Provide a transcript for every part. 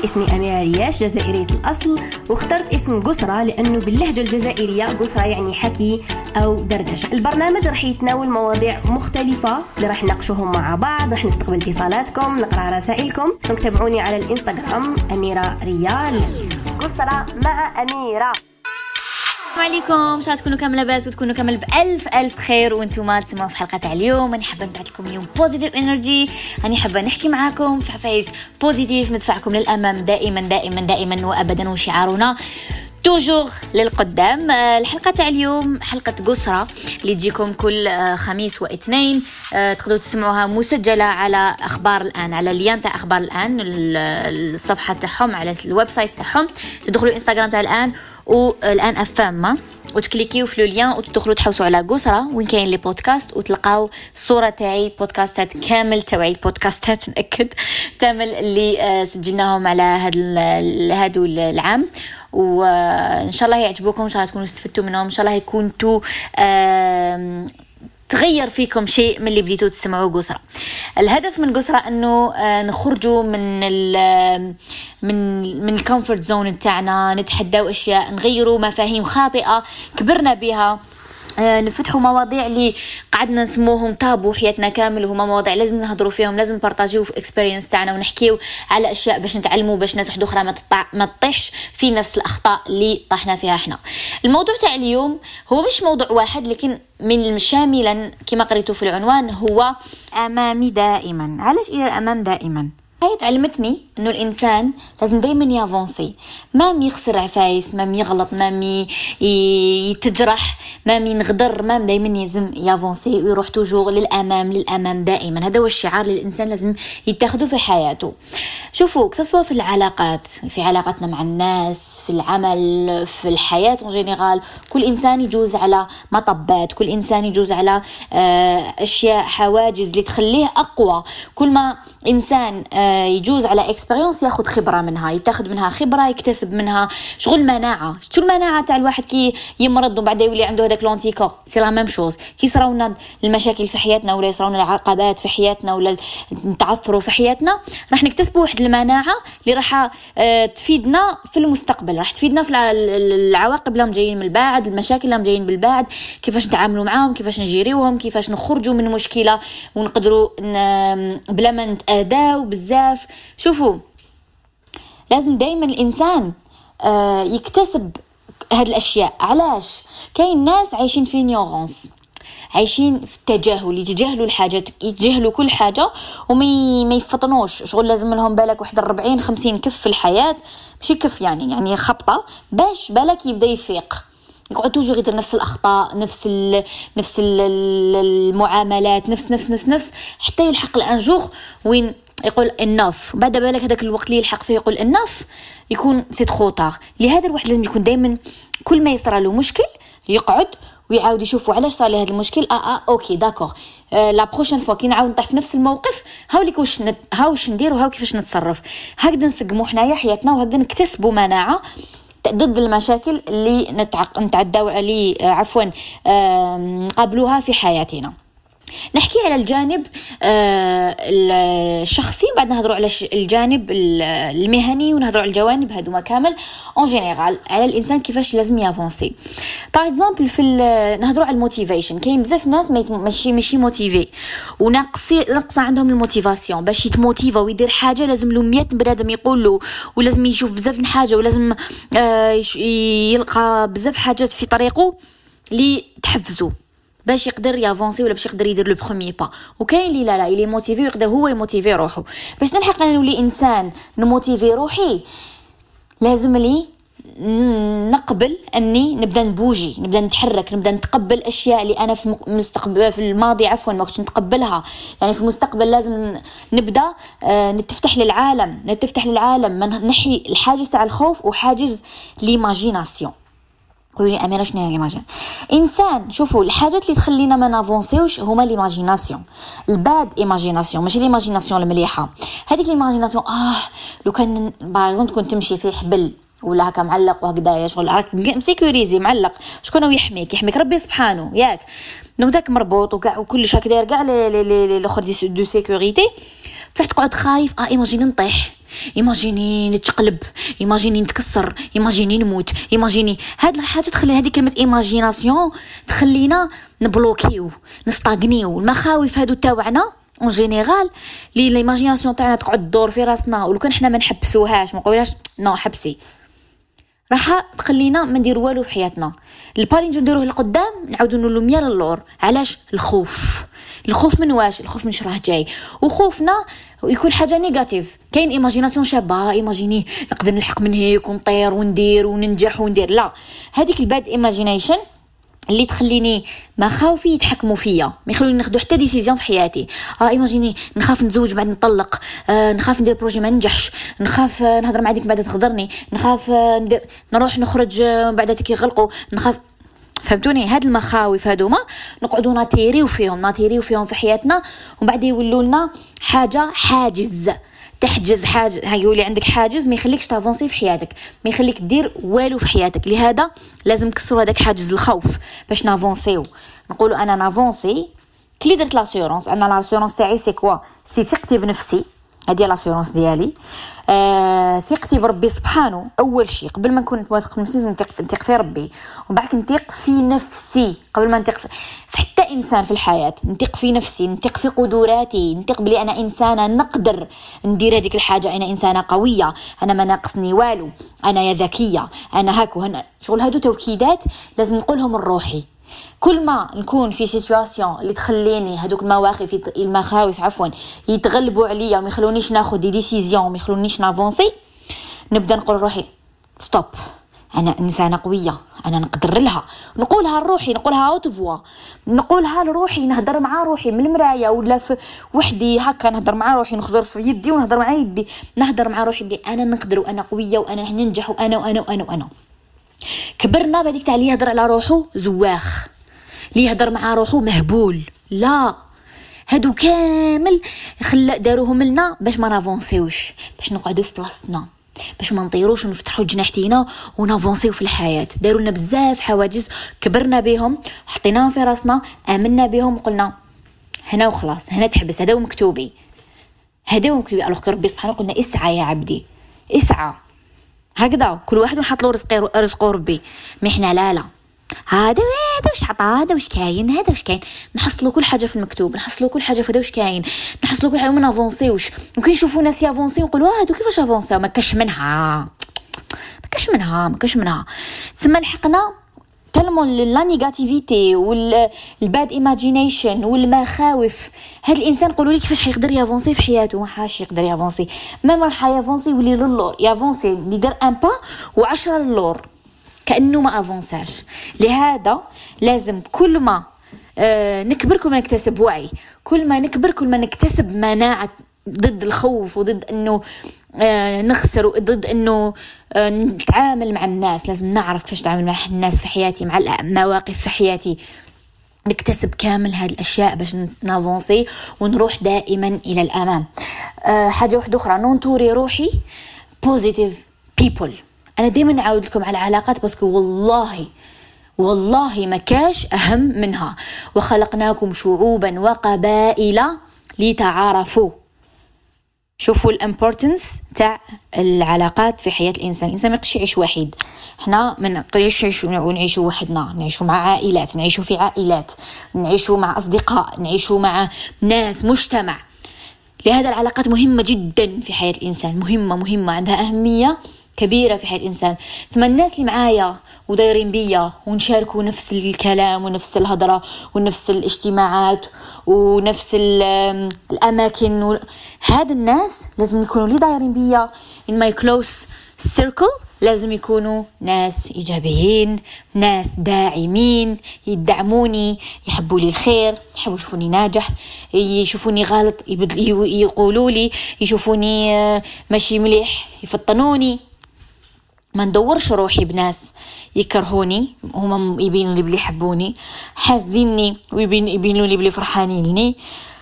اسمي أميرة رياش، جزائرية الأصل، واخترت اسم قسرة لأنه باللهجة الجزائرية قسرة يعني حكي أو دردشة. البرنامج رح يتناول مواضيع مختلفة اللي رح نناقشوهم مع بعض، رح نستقبل اتصالاتكم، نقرأ رسائلكم. تابعوني على الإنستغرام أميرة ريال. قسرة مع أميرة. السلام عليكم، ان شاء الله تكونوا كامل لاباس وتكونوا كامل بألف خير وانتم تسمعوا في حلقة تاع اليوم. انا حابه نبعث لكم اليوم بوزيتيف انرجي، انا حابه نحكي معاكم في عفايس بوزيتيف ندفعكم للامام دائما دائما دائما وابدا، وشعارنا توجور للقدام. الحلقة تاع اليوم حلقة قسرة اللي تجيكم كل خميس واثنين. تقدروا تسمعوها مسجلة على أخبار الآن، على اللين تاع أخبار الآن، الصفحة تاعهم على الويب سايت تاعهم. تدخلوا الانستغرام تاع الآن والآن أفهم وتكليكيو في اللين وتدخلوا تحوسوا على قسرة وين كاين لي بودكاست وتلقاو الصورة تاعي بودكاستات كامل توعي بودكاستات نأكد كامل اللي سجلناهم على هادو العام، وإن شاء الله يعجبوكم، إن شاء الله تكونوا استفدتوا منهم، إن شاء الله يكونوا تغير فيكم شيء من اللي بديتوا تسمعوا قسرة. الهدف من قسرة أنه نخرجوا من الكومفورت زون تاعنا، نتحداو أشياء، نغيروا مفاهيم خاطئة كبرنا بها، نفتحوا مواضيع اللي قعدنا نسموهم تابو حياتنا كامل، وهما مواضيع لازم نهضروا فيهم، لازم نبارطاجيو في اكسبيرينس تاعنا ونحكيو على اشياء باش نتعلموا، باش ناس واحده اخرى ما تطيحش في نفس الاخطاء اللي طحنا فيها احنا. الموضوع تاع اليوم هو مش موضوع واحد، لكن من شاملا كما قريتوا في العنوان هو امامي دائما. علاش الى الامام دائما؟ هاي تعلمتني انه الانسان لازم دايما يافونسي، ما يخسر عفايس، ما يغلط، ما يتجرح، ما ينغدر، ما دايما لازم يافونسي ويروح توجور للامام دائما. هذا هو الشعار اللي الانسان لازم يتخذه في حياته. شوفوا كسوا في العلاقات، في علاقتنا مع الناس، في العمل، في الحياة en جينيرال، كل انسان يجوز على مطبات، كل انسان يجوز على اشياء، حواجز اللي تخليه اقوى. كل ما انسان يجوز على اكسبيرينس ياخذ خبره منها، يتاخذ منها خبره، يكتسب منها شغل مناعه. شو المناعه تاع الواحد كي يمرض وبعد يولي عنده هذاك لونتيكور؟ سي لا ميم شوز. كي يصراونا المشاكل في حياتنا ولا يصراونا العقبات في حياتنا ولا نتعثروا في حياتنا، راح نكتسبوا واحد المناعه اللي راح تفيدنا في المستقبل، راح تفيدنا في العواقب اللي جايين من البعد، المشاكل اللي جايين بالبعد، كيفاش نتعاملوا معاهم، كيفاش نجيريوهم، كيفاش نخرجوا من مشكله ونقدروا بلا ما نتأذاو بزاف. شوفوا لازم دايما الإنسان يكتسب هذه الأشياء. علاش؟ كاين ناس عايشين في نيورونس، عايشين في التجاهل، يتجاهلوا الحاجات، يتجاهلوا كل حاجة وما يفطنوش. شغل لازم لهم بالك واحد 40-50 كف في الحياة، ماشي كف يعني خبطة، باش بالك يبدأ يفيق. يقعد توجور يدير نفس الأخطاء، نفس المعاملات، نفس حتى يلحق الأنجوغ وين يقول النف. بعد بالك هذاك الوقت اللي يلحق فيه يقول النف يكون سيت خوطار. لهذا الواحد لازم يكون دائما كل ما يصرى له مشكل يقعد ويعاود يشوفوا علاش صار لي هذا المشكل. اوكي داكور، لا بروشين فوا كي نعاود نطيح في نفس الموقف هاوليك واش ندير وهاو كيفاش نتصرف. هكذا نسقموا حنايا حياتنا، وهكذا نكتسبوا مناعه ضد المشاكل اللي نتعداو عليه نقابلوها في حياتنا. نحكي على الجانب الشخصي، بعد نهضروا على الجانب المهني، ونهضروا على الجوانب هذوما كامل en جينيرال على الانسان كيفاش لازم يافونسي. باغ اكزومبل نهضروا على الموتيفيشن. كاين بزاف ناس ماشي موتيفي ونقص عندهم الموتيفاسيون باش يتموتيفا ويدير حاجه، لازم له 100 بنادم يقول له، ولازم يشوف بزاف من حاجه، ولازم يلقى بزاف حاجات في طريقه اللي تحفزه باش يقدر يافونسي ولا باش يقدر يدير لو بروميير با. وكاين اللي لا اللي موتيفي ويقدر هو يموتيفي روحه. باش نلحق انا نولي انسان نموتيفي روحي لازم لي نقبل اني نبدا نبوجي، نبدا نتحرك، نبدا نتقبل اشياء اللي انا في المستقبل في الماضي ما كنتش نتقبلها. يعني في المستقبل لازم نبدا نتفتح للعالم، ما نحي الحاجز تاع الخوف وحاجز ليماجيناسيون. قولي اميره شنو هي ليماجين؟ انسان شوفوا الحاجات اللي تخلينا ما نافونسيوش هما ليماجيناسيون، الباد ايماجيناسيون، ماشي ليماجيناسيون المليحه. هذيك ليماجيناسيون لو كان باغ اكزومبل كنت تمشي في حبل ولا هكا معلق وهكذا، شغل راك مسيكوريزي معلق، شكون يحميك ربي سبحانه ياك، دونك داك مربوط وكاع وكلش هكا داير كاع الاخر دو سيكوريتي. بصح تقعد خايف ايماجيني نطيح، ايماجيني نتقلب، ايماجيني نتكسر، ايماجيني نموت، ايماجيني. هاد الحاجه تخلي هذه كلمه ايماجيناسيون تخلينا نبلوكيو نستاغنيو. المخاوف هادو تاوعنا اون جينيرال لي ليماجيناسيون تاعنا تقعد تدور في راسنا، ولو كان حنا ما نحبسوهاش ما نقولهاش نو حبسي، راح تخلينا ما ندير والو في حياتنا. البالي نجو نديروه لقدام نعاودو نولو ميا للور. علاش؟ الخوف من واش؟ الخوف من شراه جاي، وخوفنا يكون حاجه نيجاتيف. كاين ايماجيناسيون شابه، ايماجيني نقدر نلحق من هيك ونطير وندير وننجح وندير. لا، هذيك الباد ايماجينيشن اللي تخليني مخاوفي يتحكموا فيا، ما يخلوني ناخذ حتى ديسيزيون في حياتي. ايماجيني نخاف نتزوج بعد نطلق، نخاف ندير بروجي ما ننجحش، نخاف نهضر مع ديك بعد تغدرني، نخاف نروح نخرج بعد كي يغلقوا، نخاف. فهمتوني؟ هاد المخاوف هادوما نقعدوا نطيريو فيهم في حياتنا، ومن بعد يولوا لنا حاجز تحجز حاجه. يقولي عندك حاجز ما يخليكش تافونسي في حياتك، ما يخليك دير والو في حياتك. لهذا لازم نكسروا هذاك حاجز الخوف باش نافونسيو. نقولوا انا نافونسي كلي درت لاسيورونس. انا لاسيورونس تاعي سي كوا؟ سي ثقتي بنفسي، هذه لاسيورونس ديالي. ثقتي بربي سبحانه اول شيء. قبل ما نكون واثق في نفسي نثق في ربي، ومن بعد نثق في نفسي. قبل ما نثق في حتى انسان في الحياه، نثق في نفسي، نثق في قدراتي، نثق بلي انا انسانه نقدر ندير هذيك الحاجه، انا انسانه قويه، انا ما ناقصني والو، انا يا ذكيه، انا هاكو هنا. شغل هادو توكيدات لازم نقولهم لروحي. كل ما نكون في سيتواسيون اللي تخليني هذوك المخاوف يتغلبوا عليا وما يخلونيش ناخذ دي ديسيزيون وما يخلونيش نافونسي، نبدا نقول لروحي ستوب، انا انسانه قويه، انا نقدر لها. نقولها لروحي، نقولها اوت فوا، نقولها لروحي، نهضر مع روحي من المرايه ولا في وحدي هكا، نهضر مع روحي، نخزر في يدي ونهضر مع يدي، نهضر مع روحي بلي انا نقدر وانا قويه وانا ننجح وانا وانا وانا وانا. كبرنا بهذيك تاع لي يهضر على روحو زواخ، لي يهضر مع روحو مهبول. لا، هادو كامل داروهم لنا باش ما نافونسيوش، باش نقعدوا في بلاصتنا، باش ما نطيروش ونفتحوا جناحتينا ونافونسيو في الحياه. داروا لنا بزاف حواجز كبرنا بهم، حطيناهم في راسنا، امنا بهم وقلنا هنا وخلاص، هنا تحبس، هذا مكتوبي، هذا مكتوبي. الوغ ربي سبحانه قلنا اسعى يا عبدي، اسعى هكذا، كل واحد نحط له رزقه ربي. ما احنا لا هذا واش عطا، هذا واش كاين، هذا واش كاين، نحصلوا كل حاجه في المكتوب، نحصلوا كل حاجه في هذا واش كاين، نحصلوا كل حاجه، ما نافونسيوش. ممكن يشوفوا ناس يافونسيو يقولوا هادو كيفاش افونسيو، ما كاش منها. تسمى لحقنا تلمون لا نيجاتيفيتي والباد ايماجينيشن والمخاوف. هاد الانسان قولوا لي كيفاش حيقدر يافونسي في حياته؟ ما حاش يقدر يافونسي، ما راح يافونسي يولي للور، يافونسي اللي دار ان با و10 للور كانه ما افونساش. لهذا لازم كل ما نكبر كل ما نكتسب وعي، كل ما نكبر كل ما نكتسب مناعه ضد الخوف وضد انه نخسر وضد انه نتعامل مع الناس. لازم نعرف كيفاش نتعامل مع الناس في حياتي، مع المواقف في حياتي، نكتسب كامل هذه الاشياء باش نافونسي ونروح دائما الى الامام. حاجه واحده اخرى، نونتوري روحي بوزيتيف بيبل. انا دائما نعاود لكم على العلاقات باسكو والله ما كاش اهم منها. وخلقناكم شعوبا وقبائل لتعارفوا. شوفوا الامبورتنس تاع العلاقات في حياه الانسان ما يقدرش يعيش وحيد. احنا ما نقدرش نعيشوا وحدنا، نعيشوا مع عائلات، نعيشوا في عائلات، نعيشوا مع اصدقاء، نعيشوا مع ناس، مجتمع. لهذا العلاقات مهمه جدا في حياه الانسان، مهمه عندها اهميه كبيره في حياه الانسان. تما الناس اللي معايا ودايرين بيا ونشاركوا نفس الكلام ونفس الهضره ونفس الاجتماعات ونفس الاماكن، هاد الناس لازم يكونوا لي دايرين بيا in my close circle. لازم يكونوا ناس ايجابيين، ناس داعمين، يدعموني، يحبوا لي الخير، يحبوا يشوفوني ناجح، يشوفوني غلط يقولوا لي، يشوفوني ماشي مليح يفطنوني. ما ندورش روحي بناس يكرهوني، هما يبينوا لي بلي يحبوني، حاسديني ويبينوا لي بلي فرحانيني.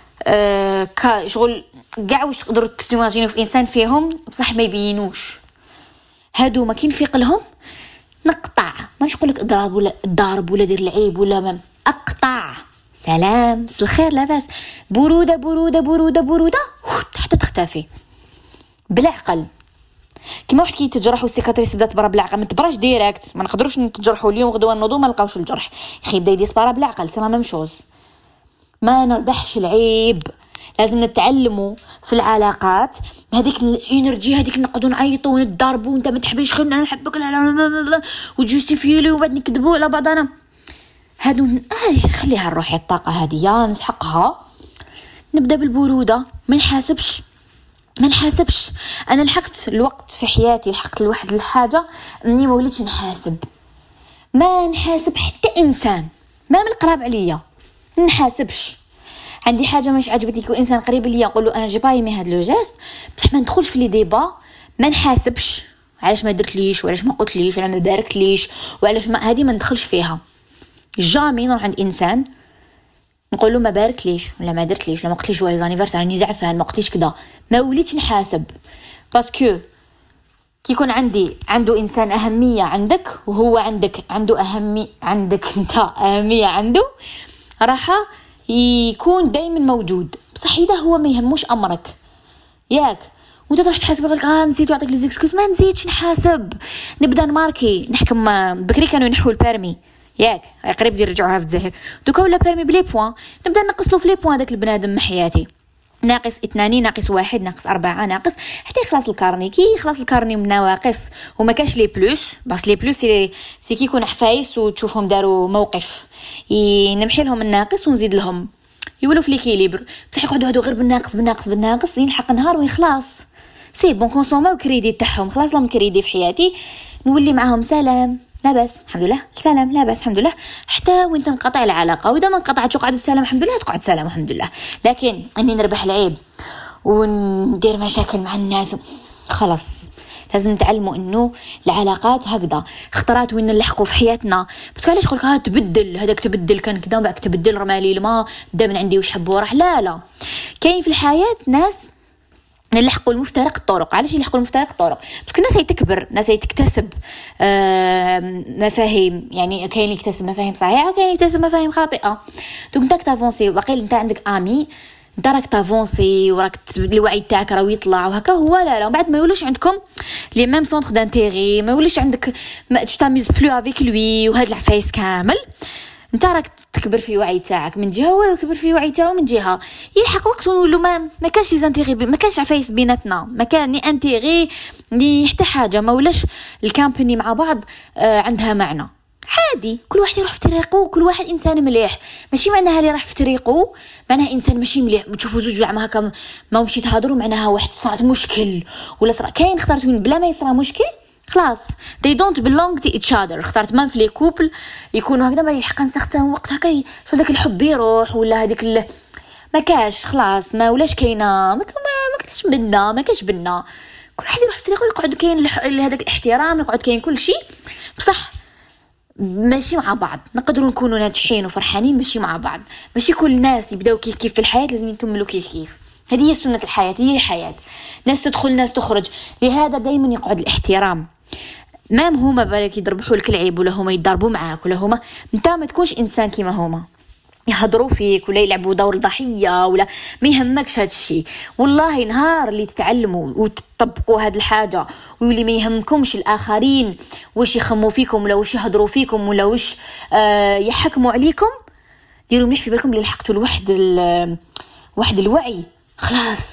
شغل كاع واش تقدروا تيماجينوا في انسان فيهم بصح ما يبينوش. هادو ما كاين في قلهم نقطع، ماشي نقول لك اضرب ولا ضارب ولا دير العيب ولا ما اقطع سلام، مساء الخير، لاباس، برودة برودة برودة برودة، حتى تختفي بلا عقل. كما واحد كيتجرح والسيكاتريس بدات تبرا بلا عقل، ما تبراش ديريكت، ما نقدروش نتجرحوا اليوم غدوه نوضوا ما نلقاوش الجرح، يبدا يديسبارا بلا عقل. سي لا ميم شوز، ما نربحش العيب. لازم نتعلموا في العلاقات هذيك الانرجي، هذيك نقعدوا نعيطوا ونتضاربوا وانت ما تحبيش خلينا انا نحبك لا وجوستيفي لي وبعد نكذبوا على بعضنا. هادو خليها الروح الطاقه هذه نسحقها. نبدا بالبروده، ما نحاسبش. انا لحقت الوقت في حياتي، لحقت لواحد الحاجه اني ما وليتش ما نحاسب حتى انسان ما من القراب عليا، ما نحاسبش. عندي حاجه مش عجبتني يكون انسان قريب ليا نقول له انا جي با ايمي هاد لو جيست، بصح ما ندخلش في لي ديبا، ما نحاسبش علاش ما درتليش وعلاش ما قلتليش ولا ما باركتليش وعلاش ما هذه ما ندخلش فيها. جامي نروح عند انسان نقول له ما باركليش ولا ما درتليش ولا ما قلتليش جويز انيفرسير راني زعفان ما قلتليش كذا، ما وليتش نحاسب. باسكو كيكون عنده انسان اهميه عندك وهو عنده اهميه عندك انت اهميه عنده، راح يكون دائما موجود. بصح اذا هو ما يهموش امرك ياك وانت تروح تحاسب يقولك نسيت يعطيك لي زيكسكوز، ما نزيدش نحاسب، نبدا نماركي نحكم. بكري كانوا ينحوا البيرمي ياك قريب يرجعوها في الجزائر، دوكا ولا بيرمي بلي بوين، نبدا نقصلو في لي بوين داك البنادم من حياتي، ناقص 2 ناقص 1 ناقص 4 ناقص حتى يخلص الكارني. كي يخلص الكارني من نواقص وما كاش لي بلوس، بس لي بلوس سي كي يكون حفايس وتشوفهم داروا موقف نمحي لهم الناقص ونزيد لهم يولوا في ليكيليبر. بصح يقعدوا هادو غير بالناقص يلحق نهار ويخلص سي بون كونسوماو كريدي تاعهم، خلاص لهم كريدي في حياتي، نولي معاهم سلام لاباس الحمد لله، سلام لاباس الحمد لله، حتى وين تنقطع العلاقه. واذا ما انقطعتش وقعد السلام الحمد لله تقعد سلام الحمد لله. لكن اني نربح العيب وندير مشاكل مع الناس خلاص. لازم نتعلموا انه العلاقات هكذا خطرات وين نلحقوا في حياتنا. بس علاش قولك تبدل هذاك تبدل كان كذا وبعد تبدل رمالي الماء دا من عندي وش حبوا راح. لا كاين في الحياه ناس نلحقوا المفترق الطرق. علاش يلحقوا المفترق الطرق؟ باسكو الناس هيتكبر، الناس هيتكتسب مفاهيم، يعني كاين يكتسب مفاهيم صحيحه وكاين يكتسب مفاهيم خاطئه. دونك انت تافونسي باقي انت عندك امي انت راك تافونسي وراك الوعي تاعك راه يطلع وهكا هو لا ومن بعد ما يولوش عندكم لي ميم سونتر دانتيغي، ما يوليش عندك ما تاميز بلو افيك لوي وهاد العفايس كامل. انت راك تكبر في وعي تاعك من جهه هو يكبر في وعي تاعو من جهه، يلحق وقت ونقولوا ما كانش لي زانتيغي، ما كانش عفايس بيناتنا، ما كان ني انتيغي ني حتى حاجه، ما ولاش الكامباني مع بعض عندها معنى. عادي كل واحد يروح في طريقه، كل واحد انسان مليح، ماشي معناها اللي راح في طريقه معناها انسان ماشي مليح. تشوفوا زوج مع هكا ما مشي تهضروا معناها واحد صارت مشكل ولا صار كاين اختارت وين بلا ما يصرى مشكل خلاص they don't belong to each other. اختارت ما في لي كوبل يكونوا هكذا ما يحق نسختم وقت هكا شو داك الحب يروح ولا هذيك ما كاش خلاص ما ولاش كاينه ما كاش بنا كل واحد يروح في طريقه يقعد كاين هذاك الاحترام يقعد كاين كل شيء بصح ماشي مع بعض. نقدروا نكونوا ناجحين وفرحانين ماشي مع بعض، ماشي كل الناس يبداو كيف في الحياه لازم يكملوا كيف. هذه هي سنه الحياه، هي الحياه، ناس تدخل ناس تخرج. لهذا دائما يقعد الاحترام. ما هما بالك يضربوا لك العيب ولا هما يضربوا معاك ولا هما انت ما تكونش انسان كيما هما يهضروا فيك ولا يلعبوا دور الضحيه ولا ما يهمكش هذا الشيء. والله نهار اللي تتعلموا وتطبقوا هذه الحاجه واللي ما يهمكمش الاخرين واش يخموا فيكم ولا واش يهضروا فيكم ولا واش يحكموا عليكم، ديروا مليح في بالكم اللي لحقتوا واحد الوعي خلاص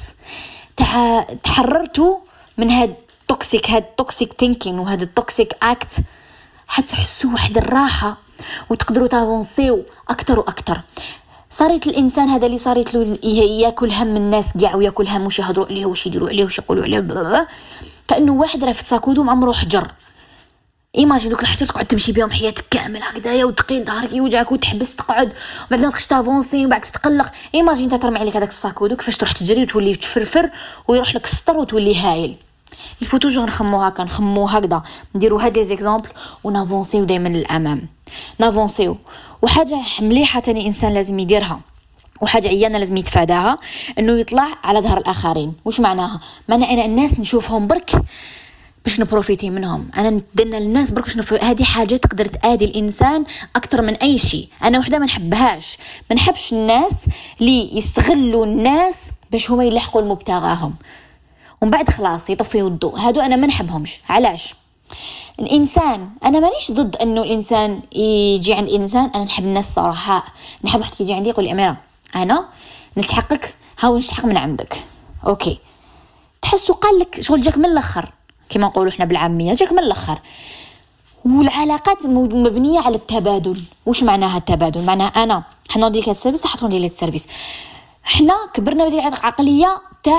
تحررتوا من هاد توكسيك ثينكينغ وهذا التوكسيك اكت، حتحسوا واحد الراحه وتقدروا تافونسيو اكثر واكثر. صارت الانسان هذا اللي صارت له ياكل هم الناس كاع وياكل هم واش يهضروا عليه واش يديروا عليه واش يقولوا عليه، كانه واحد راه في ساكودو معمرو حجر. ايماجين دوك الحجر تقعد تمشي بهم حياتك كامل هكذايا وتقيل ظهرك يوجعك وتحبس تقعد وبعدين تخش تافونسي وبعد تتقلق. ايماجين انت ترمي عليك هذاك الساكودو كيفاش تروح تجري وتولي تفرفر ويروح لك السطر وتولي هايل. الفو توجور نخمو هكذا نديروا هاد لي زيكزامبل ونافونسيو دائما للامام نافونسيو. وحاجه مليحه تاني انسان لازم يديرها وحاجه عيانه لازم يتفاداها انه يطلع على ظهر الاخرين. واش معناها؟ معنى انا الناس نشوفهم برك باش نبروفيتي منهم، انا ندنا للناس برك باش هذه حاجه تقدر تآذي الانسان اكثر من اي شيء. انا وحده ما نحبهاش، ما نحبش الناس اللي يستغلوا الناس باش هما يلحقوا المبتغاهم ومن بعد خلاص يطفيوا الضوء. هادو انا ما نحبهمش. علاش؟ الانسان انا مانيش ضد انه الانسان يجي عند انسان. انا نحب الناس صراحه، نحب واحد يجي عندي يقول لي اميره انا نسحقك، هاو نسحق من عندك، اوكي، تحسوا قال لك شغل جاك من الاخر كما نقولوا احنا بالعاميه، جاك من الاخر. والعلاقات مبنيه على التبادل. واش معناها التبادل؟ معناها انا حنا ندير لك السيرفيس تحطوا لي السيرفيس. حنا كبرنا بديت عقليه تاع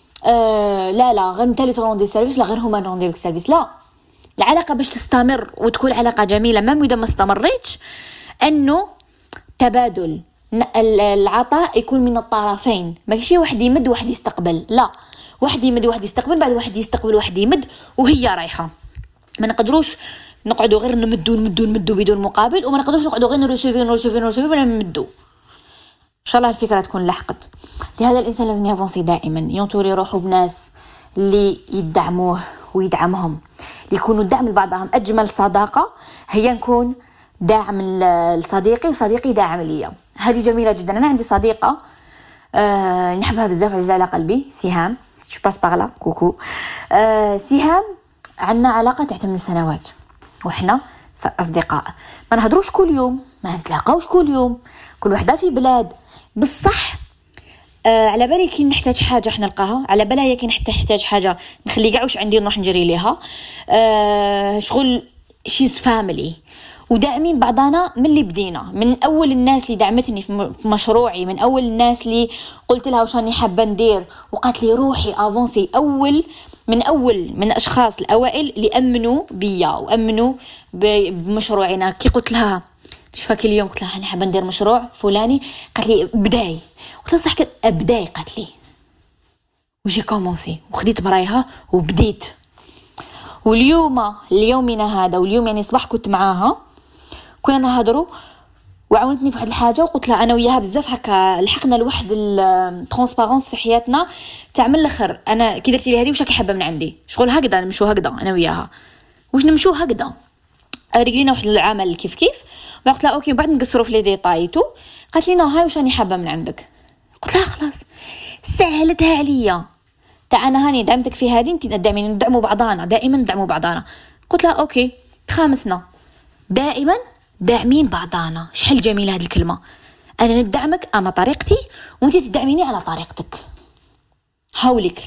لا غير انت اللي تروندي السيرفيس، لا غير هما نروندي لك السيرفيس. لا، العلاقه باش تستمر وتكون علاقه جميله ما اذا ما استمرتش انه تبادل العطاء يكون من الطرفين، ماشي واحد يمد واحد يستقبل. لا، واحد يمد واحد يستقبل، بعد واحد يستقبل واحد يمد وهي رايحه. ما نقدروش نقعدوا غير نمدوا بدون مقابل، وما نقدروش نقعدوا غير نرسوفي ولا نمدوا. ان شاء الله الفكره تكون لحقت. لهذا الانسان لازم يافونسي دائما، ينطوري روحه بناس اللي يدعموه ويدعمهم، يكونوا دعم لبعضهم. اجمل صداقه هي نكون داعم لصديقي وصديقي داعم ليا. هذه جميله جدا. انا عندي صديقه نحبها بزاف، عزيزه على قلبي، سهام. جو باس باغ كوكو. سهام عندنا علاقه تاع 8 سنوات وحنا اصدقاء. ما نهضروش كل يوم، ما نتلاقاوش كل يوم، كل وحده في بلاد. بصح على بالي كي نحتاج حاجه احنا نلقاها، على بالها هي كي نحتاج حاجه نخلي كاع واش عندي نروح نجري ليها. شغل شيز فاميلي، وداعمين بعضنا من اللي بدينا. من اول الناس اللي دعمتني في مشروعي، من اول الناس اللي قلت لها واش راني حابه ندير وقالت لي روحي افونسي. من الاشخاص الاوائل اللي امنوا بيا وامنوا بمشروعنا. كي قلت لها شفاكي اليوم، قلت لها انا حابه ندير مشروع فلاني، قالت لي بداي. قلت لها صح بداي، قالت لي وجي كومونسي وخديت برايها وبديت. اليومنا هذا واليوم يعني صباح كنت معاها، كنا نهضروا وعاونتني في واحد الحاجه، وقلت لها انا وياها بزاف هكا لحقنا لواحد الترانسبارونس في حياتنا تاع من الاخر. انا كي درتي لي هذه واش راكي حابه من عندي؟ شغل هكذا نمشوا هكذا انا وياها، واش نمشوا هكذا. رجلينا واحد العمل كيف وقلت لها اوكي، وبعد نقصروا في لي ديتايتو. قالت لي هاي واش راني حابه من عندك. قلت لها خلاص، سهلتها عليا. تاع انا هاني دعمتك في هذه، انت تدعميني، ندعموا بعضانا دائما، ندعموا بعضانا. قلت لها اوكي، تخامسنا دائما داعمين بعضانا. شحال جميله هذه الكلمه، انا ندعمك اما طريقتي وانت تدعميني على طريقتك. هاولك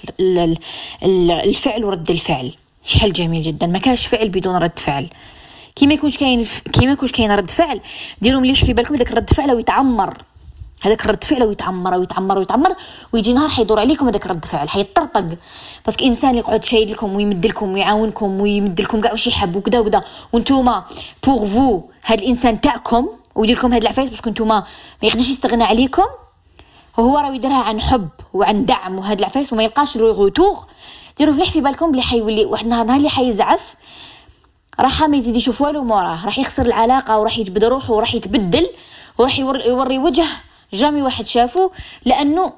الفعل ورد الفعل، شحال جميل جدا. ما كانش فعل بدون رد فعل. كي ما يكونش كاين رد فعل، ديروا مليح في بالكم داك الرد فعل ويتعمر. هذاك الرد فعل ويتعمر ويجي نهار حيدور عليكم هذاك الرد فعل حيطرطق. باسكو انسان يقعد شايد لكم ويمد لكم ويعاونكم ويمد لكم كاع واش يحب وكذا وكذا، وانتوما بور فو هذا الانسان تاعكم ويدير لكم هاد العفايس باسكو انتوما ما يقدرش يستغنى عليكم، وهو راه يديرها عن حب وعن دعم وهاد العفايس وما يلقاش روتور. ديروا مليح في بالكم بلي حيولي واحد النهار اللي حيزعف، راح ما يزيد يشوف والو موراه، راح يخسر العلاقه وراح يجبد روحه وراح يتبدل وراح يوري وجه جامي واحد شافه، لانه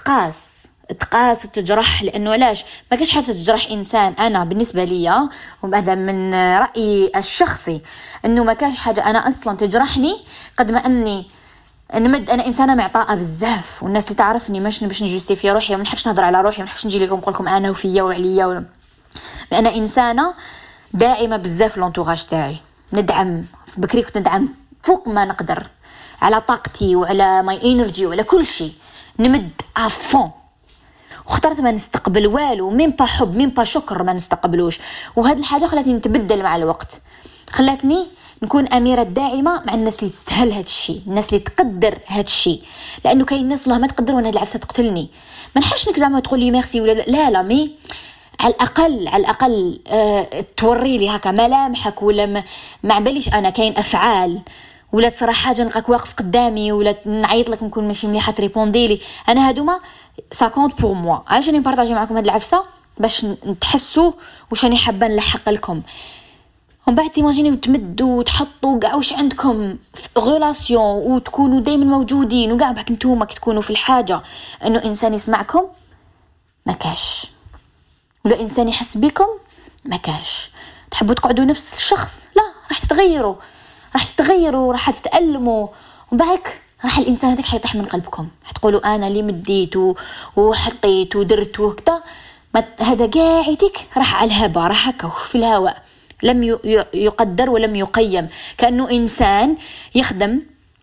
تقاس وتجرح. لانه علاش ما كاش حتى تجرح انسان؟ انا بالنسبه لي وهذا من رايي الشخصي انه ما كاش حاجه انا اصلا تجرحني قد ما اني نمد. انا انسانه معطاءه بزاف، والناس اللي تعرفني باش نجوستي في روحي، ما نحبش نهضر على روحي، ما نحبش نجي لكم نقول لكم انا وفيا وعليا انا انسانه داعمه بزاف. لونطوراج تاعي ندعم، بكري كنت ندعم فوق ما نقدر على طاقتي وعلى ماي انرجي وعلى كل شيء، نمد افون. واخترت ما نستقبل والو، مين با حب مين با شكر ما نستقبلوش. وهذه الحاجه خلاتني نتبدل مع الوقت، خلاتني نكون اميره داعمه مع الناس اللي تستاهل هذا الشيء، الناس اللي تقدر هذا الشيء. لانه كاين الناس والله ما تقدر، وانا هذه العفسه تقتلني. ما نحبش انك زعما تقول لي ميرسي ولا لا مي على الاقل توري لي هكا ملامحك، ولا ما باليش انا كاين افعال، ولا تصرا حاجه نلقاك واقف قدامي ولا نعيط لك نكون ماشي مليحه تريبوندي لي. انا هادوما سا كونت بور موا. علاش راني نبارطاجي معكم هاد العفسه؟ باش تحسوا واش راني حابه نلحق لكم. ومن بعد تيماجينيو تمدوا وتحطوا كاع واش عندكم في غولاسيون وتكونوا دائما موجودين، وكاع بعد نتوما كي تكونوا في الحاجه انه انسان يسمعكم ما كاش، ولا انسان يحس بكم ما كاش. تحبوا تقعدوا نفس الشخص؟ لا، راح تتغيروا، راح تتألموا، وبعدك راح الإنسان هذاك حيطيح من قلبكم، حتقولوا أنا اللي مديت وحطيت ودرت وكذا. هذا قاعدك راح على الهباء، راح هكا في الهواء، لم يقدر ولم يقيم. كأنه إنسان يخدم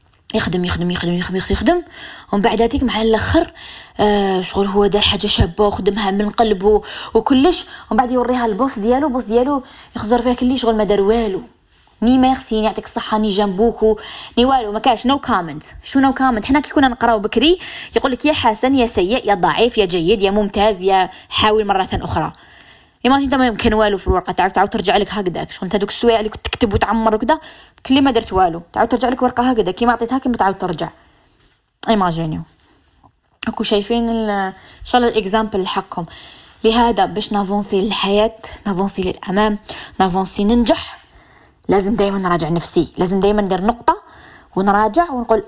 ومن بعد ذاتك مع الآخر شغل هو دار حاجة شابة وخدمها من قلبه وكلش، ومن بعد يوريها البوس ديالو يخزر فيها كلي شغل ما دار والو، ني ميرسي، ني يعطيك الصحة، ني جنبوك، ني والو، ما كاش نو كومنت. شو نو كومنت؟ حنا كي كنا نقراو بكري يقولك يا حسن يا سيء يا ضعيف يا جيد يا ممتاز يا حاول مرة أخرى. إيماجين انت ما يمكن والو في الورقه تاعك، تعاود ترجع لك هكذاك شغل انت دوك السوايع اللي كنت تكتب وتعمر وكذا كل ما درت والو، تعاود ترجع لك ورقه هكذا كيما عطيتها كيما تعاود ترجع. ايماجينيو اكو شايفين ان شاء الله الاكزامبل الحقكم. لهذا باش نافونسي للحياه، نافونسي للامام، نافونسي ننجح، لازم دائما نراجع نفسي، لازم دائما ندير نقطه ونراجع ونقول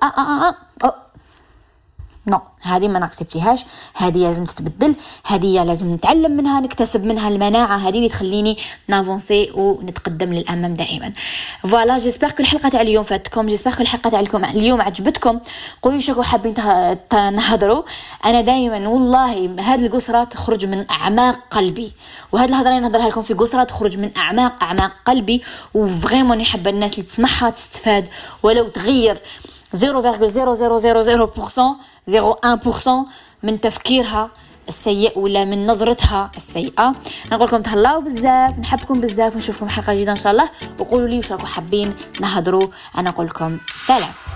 نو هذه ما ناكسبتيهاش، هذه لازم تتبدل، هذه لازم نتعلم منها، نكتسب منها المناعه هذه اللي تخليني نافونسي ونتقدم للامام دائما. فوالا جيسبر كل الحلقه تاع اليوم فاتكم، جيسبر كل الحلقه تاع اليوم عجبتكم. قولوا شكو حابين نهضروا. انا دائما والله هذه القصره تخرج من اعماق قلبي، وهذه الهضره نهضرها لكم في قصره تخرج من اعماق قلبي، وفريمون نحب الناس اللي تسمعها تستفاد ولو تغير 0.0000% من تفكيرها السيء ولا من نظرتها السيئة. نقول لكم تهلاو بزاف، نحبكم بزاف، ونشوفكم حلقة جديدة إن شاء الله. وقولوا لي وش راكم حابين نهضروا. أنا أقول لكم سلام.